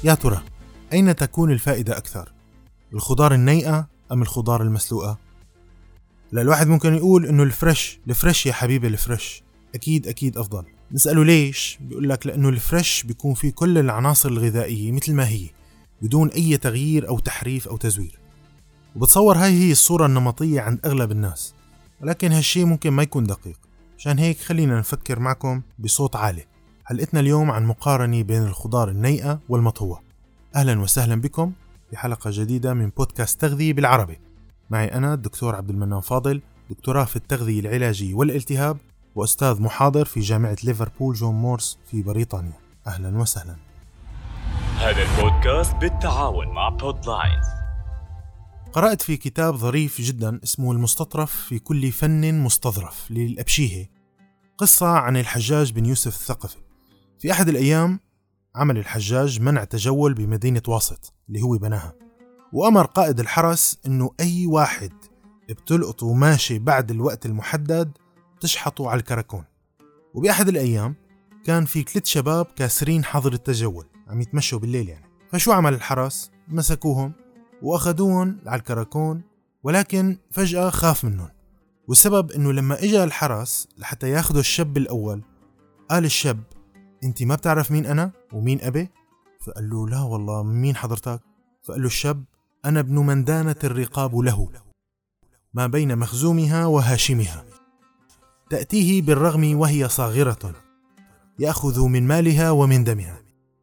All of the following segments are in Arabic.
يا ترى أين تكون الفائدة أكثر؟ الخضار النيئة أم الخضار المسلوقة؟ لا، الواحد ممكن يقول إنه الفريش يا حبيبي، الفريش أكيد أفضل. نسأله ليش؟ بيقول لك لأنه الفريش بيكون فيه كل العناصر الغذائية مثل ما هي بدون أي تغيير أو تحريف أو تزوير. وبتصور هاي هي الصورة النمطية عند أغلب الناس، ولكن هالشي ممكن ما يكون دقيق. عشان هيك خلينا نفكر معكم بصوت عالي. حلقتنا اليوم عن مقارنة بين الخضار النيئة والمطهوة. أهلا وسهلا بكم بحلقة جديدة من بودكاست تغذية بالعربي. معي أنا الدكتور عبد المنان فاضل، دكتوراه في التغذية العلاجي والالتهاب وأستاذ محاضر في جامعة ليفربول جون مورس في بريطانيا. أهلا وسهلا. هذا البودكاست بالتعاون مع بودلاينز. قرأت في كتاب ظريف جدا اسمه المستطرف في كل فن مستظرف للأبشيهة، قصة عن الحجاج بن يوسف الثقفي. في أحد الأيام عمل الحجاج منع تجول بمدينة واسط اللي هو بناها، وأمر قائد الحرس إنه أي واحد بتلقطه ماشي بعد الوقت المحدد تشحطوا على الكراكون. وبأحد الأيام كان في 3 شباب كاسرين حظر التجول عم يتمشوا بالليل يعني. فشو عمل الحرس؟ مسكوهم وأخذوهم على الكراكون، ولكن فجأة خاف منهم. والسبب إنه لما إجا الحرس لحتى ياخدوا الشاب الأول، قال الشاب: أنت ما بتعرف مين أنا ومين أبي؟ فقال له: لا والله، مين حضرتك؟ فقال له الشاب: أنا ابن من دانت الرقاب له ما بين مخزومها وهاشمها، تأتيه بالرغم وهي صاغرة، يأخذ من مالها ومن دمها.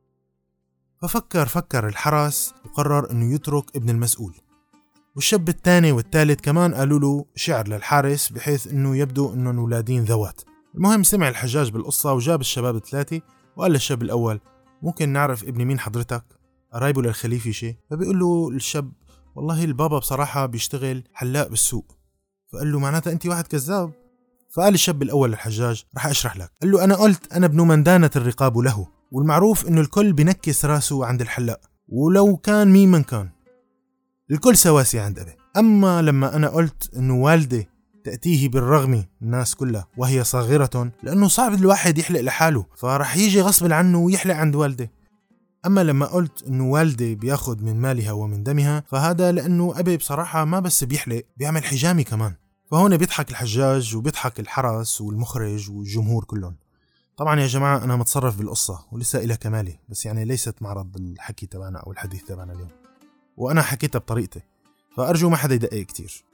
ففكر الحرس وقرر أنه يترك ابن المسؤول. والشاب الثاني والثالث كمان قالوا له شعر للحارس بحيث أنه يبدو أنهم ولادين ذوات. المهم سمع الحجاج بالقصة وجاب الشباب ال3 وقال للشاب الأول: ممكن نعرف ابن مين حضرتك؟ قرايبه للخليفة شيء؟ فبيقول له الشاب: والله البابا بصراحة بيشتغل حلاق بالسوق. فقال له: معناتها أنت واحد كذاب. فقال الشاب الأول للحجاج: رح أشرح لك. قال له: أنا قلت أنا ابن من دانت الرقاب له، والمعروف إنه الكل بنكس راسه عند الحلاق، ولو كان مين من كان الكل سواسي عند أبي. أما لما أنا قلت إنه والدي تأتيه بالرغم الناس كلها وهي صاغرة، لأنه صعب الواحد يحلق لحاله، فرح يجي غصب عنه ويحلق عند والدي. أما لما قلت إنه والدي بياخد من مالها ومن دمها، فهذا لأنه أبي بصراحة ما بس بيحلق، بيعمل حجامي كمان. فهون بيضحك الحجاج وبيضحك الحرس والمخرج والجمهور كلهم. طبعا يا جماعة أنا متصرف بالقصة ولسه إلها كمالي، بس يعني ليست معرض الحكي تبعنا أو الحديث تبعنا اليوم، وأنا حكيتها بطريقتي، فأرجو ما حدا يدقق كتير.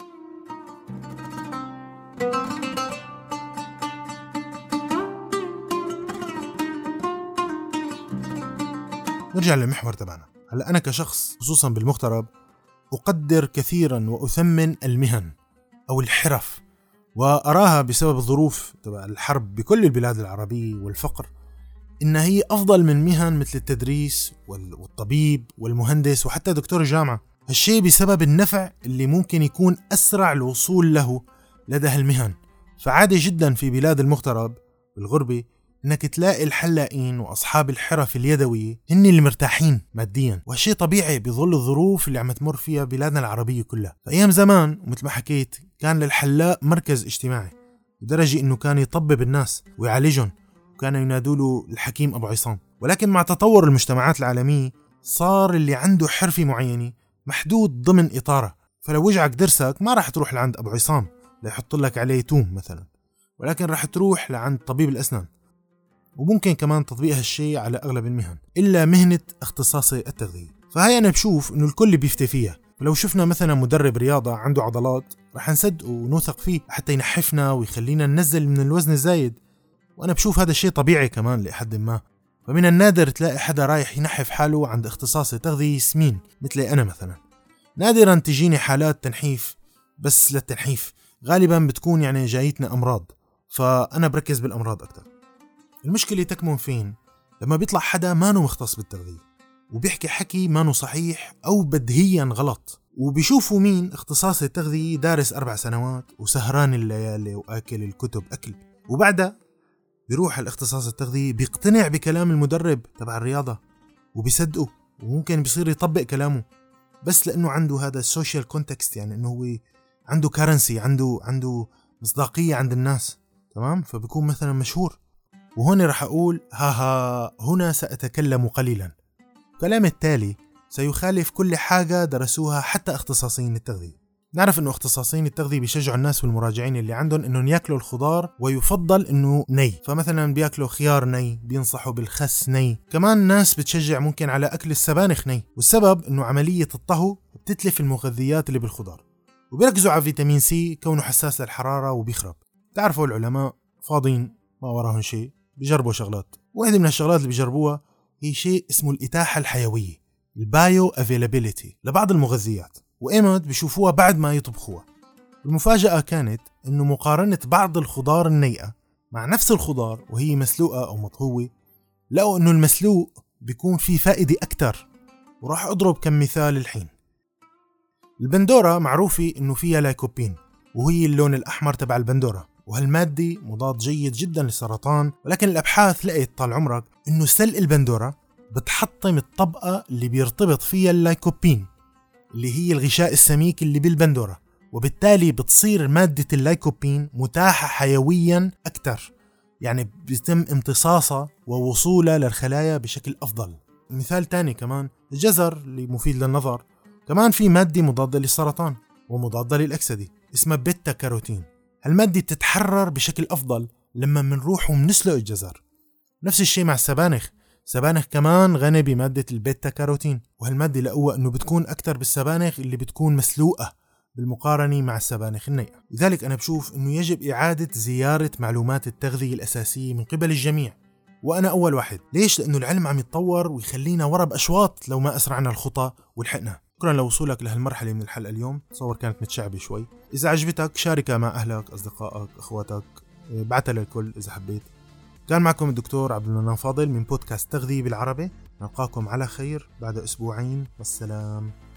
نرجع للمحور تبعنا. هلأ أنا كشخص خصوصا بالمغترب أقدر كثيرا وأثمن المهن أو الحرف، وأراها بسبب الظروف تبع الحرب بكل البلاد العربية والفقر إنها هي أفضل من مهن مثل التدريس والطبيب والمهندس وحتى دكتور الجامعة. هالشيء بسبب النفع اللي ممكن يكون أسرع الوصول له لدى هالمهن. فعادي جدا في بلاد المغترب بالغربة إنك تلاقي الحلاقين وأصحاب الحرف اليدوية هن اللي مرتاحين ماديا، وهالشيء طبيعي بظل الظروف اللي عم تمر فيها بلادنا العربية كلها. فأيام زمان ومثل ما حكيت كان للحلاق مركز اجتماعي لدرجة إنه كان يطبب الناس ويعالجهم، وكانوا ينادوا له الحكيم أبو عصام. ولكن مع تطور المجتمعات العالمية صار اللي عنده حرفة معينة محدود ضمن إطاره. فلو وجعك درسك ما راح تروح لعند أبو عصام ليحط لك عليه توم مثلا، ولكن راح تروح لعند طبيب الأسنان. وممكن كمان تطبيق هالشيء على أغلب المهن إلا مهنة اختصاصي التغذية. فهي أنا بشوف إنه الكل بيفتي فيها. فلو شفنا مثلا مدرب رياضة عنده عضلات راح نصدقه ونوثق فيه حتى ينحفنا ويخلينا ننزل من الوزن الزايد، وأنا بشوف هذا الشيء طبيعي كمان لحد ما. فمن النادر تلاقي حدا رايح ينحف حاله عند اختصاصي تغذية سمين مثلي أنا مثلا. نادرا تجيني حالات تنحيف بس للتنحيف، غالبا بتكون يعني جايتنا أمراض، فأنا بركز بالأمراض أكتر. المشكلة تكمن فين؟ لما بيطلع حدا مانو مختص بالتغذية وبيحكي حكي مانو صحيح أو بدهيا غلط، وبيشوفوا مين اختصاصي التغذية دارس 4 سنوات وسهران الليالي وآكل الكتب أكل، وبعدها بيروح الاختصاص التغذية بيقتنع بكلام المدرب تبع الرياضة وبيصدقه، وممكن بيصير يطبق كلامه بس لأنه عنده هذا السوشيال كونتكست، يعني أنه هو عنده كارنسي، عنده مصداقية عند الناس، تمام؟ فبيكون مثلا مشهور. وهنا رح أقول هنا سأتكلم قليلا. كلام التالي سيخالف كل حاجة درسوها حتى اختصاصيين التغذية. نعرف انه اختصاصيين التغذية بيشجعوا الناس والمراجعين اللي عندهم انهم ياكلوا الخضار، ويفضل انه ني، فمثلا بياكلوا خيار ني، بينصحوا بالخس ني. كمان ناس بتشجع ممكن على اكل السبانخ ني، والسبب انه عملية الطهو بتتلف المغذيات اللي بالخضار، وبيركزوا على فيتامين سي كونه حساس للحرارة وبيخرب. تعرفوا العلماء فاضين ما وراهم شيء، بيجربوا شغلات. واحدة من الشغلات اللي بيجربوها هي شيء اسمه الإتاحة الحيوية، البايو افيلابيليتي، لبعض المغذيات، وإيمت بيشوفوها بعد ما يطبخوها. المفاجأة كانت إنه مقارنة بعض الخضار النيئة مع نفس الخضار وهي مسلوقة أو مطهوة، لقوا إنه المسلوق بيكون فيه فائدة أكتر. وراح أضرب كم مثال الحين. البندورة معروفة إنه فيها لايكوبين، وهي اللون الأحمر تبع البندورة، وهالمادة مضاد جيد جدا للسرطان. ولكن الأبحاث لقيت طال عمرك إنه سل البندورة بتحطم الطبقة اللي بيرتبط فيها اللايكوبين، اللي هي الغشاء السميك اللي بالبندورة، وبالتالي بتصير مادة اللايكوبين متاحة حيويا أكتر، يعني بيتم امتصاصها ووصولها للخلايا بشكل أفضل. مثال تاني كمان، الجزر اللي مفيد للنظر كمان في مادة مضادة للسرطان ومضادة للأكسدة اسمها بيتا كاروتين. هالمادة بتتحرر بشكل أفضل لما منروح ومنسلق الجزر. نفس الشيء مع السبانخ كمان غني بمادة البيتا كاروتين، وهالمادة لقوها أنه بتكون أكتر بالسبانخ اللي بتكون مسلوقة بالمقارنة مع السبانخ النيئة. لذلك أنا بشوف أنه يجب إعادة زيارة معلومات التغذية الأساسية من قبل الجميع، وأنا أول واحد. ليش؟ لأنه العلم عم يتطور ويخلينا ورا بأشواط لو ما أسرعنا الخطى ولحقنا. شكرا لوصولك لهالمرحلة من الحلقة اليوم، تصور كانت متشعبة شوي. إذا عجبتك شاركها مع أهلك، أصدقائك، أخواتك، بعتها للكل إذا حبيت. كان معكم الدكتور عبد المنان فاضل من بودكاست تغذية بالعربي. نلقاكم على خير بعد أسبوعين، والسلام.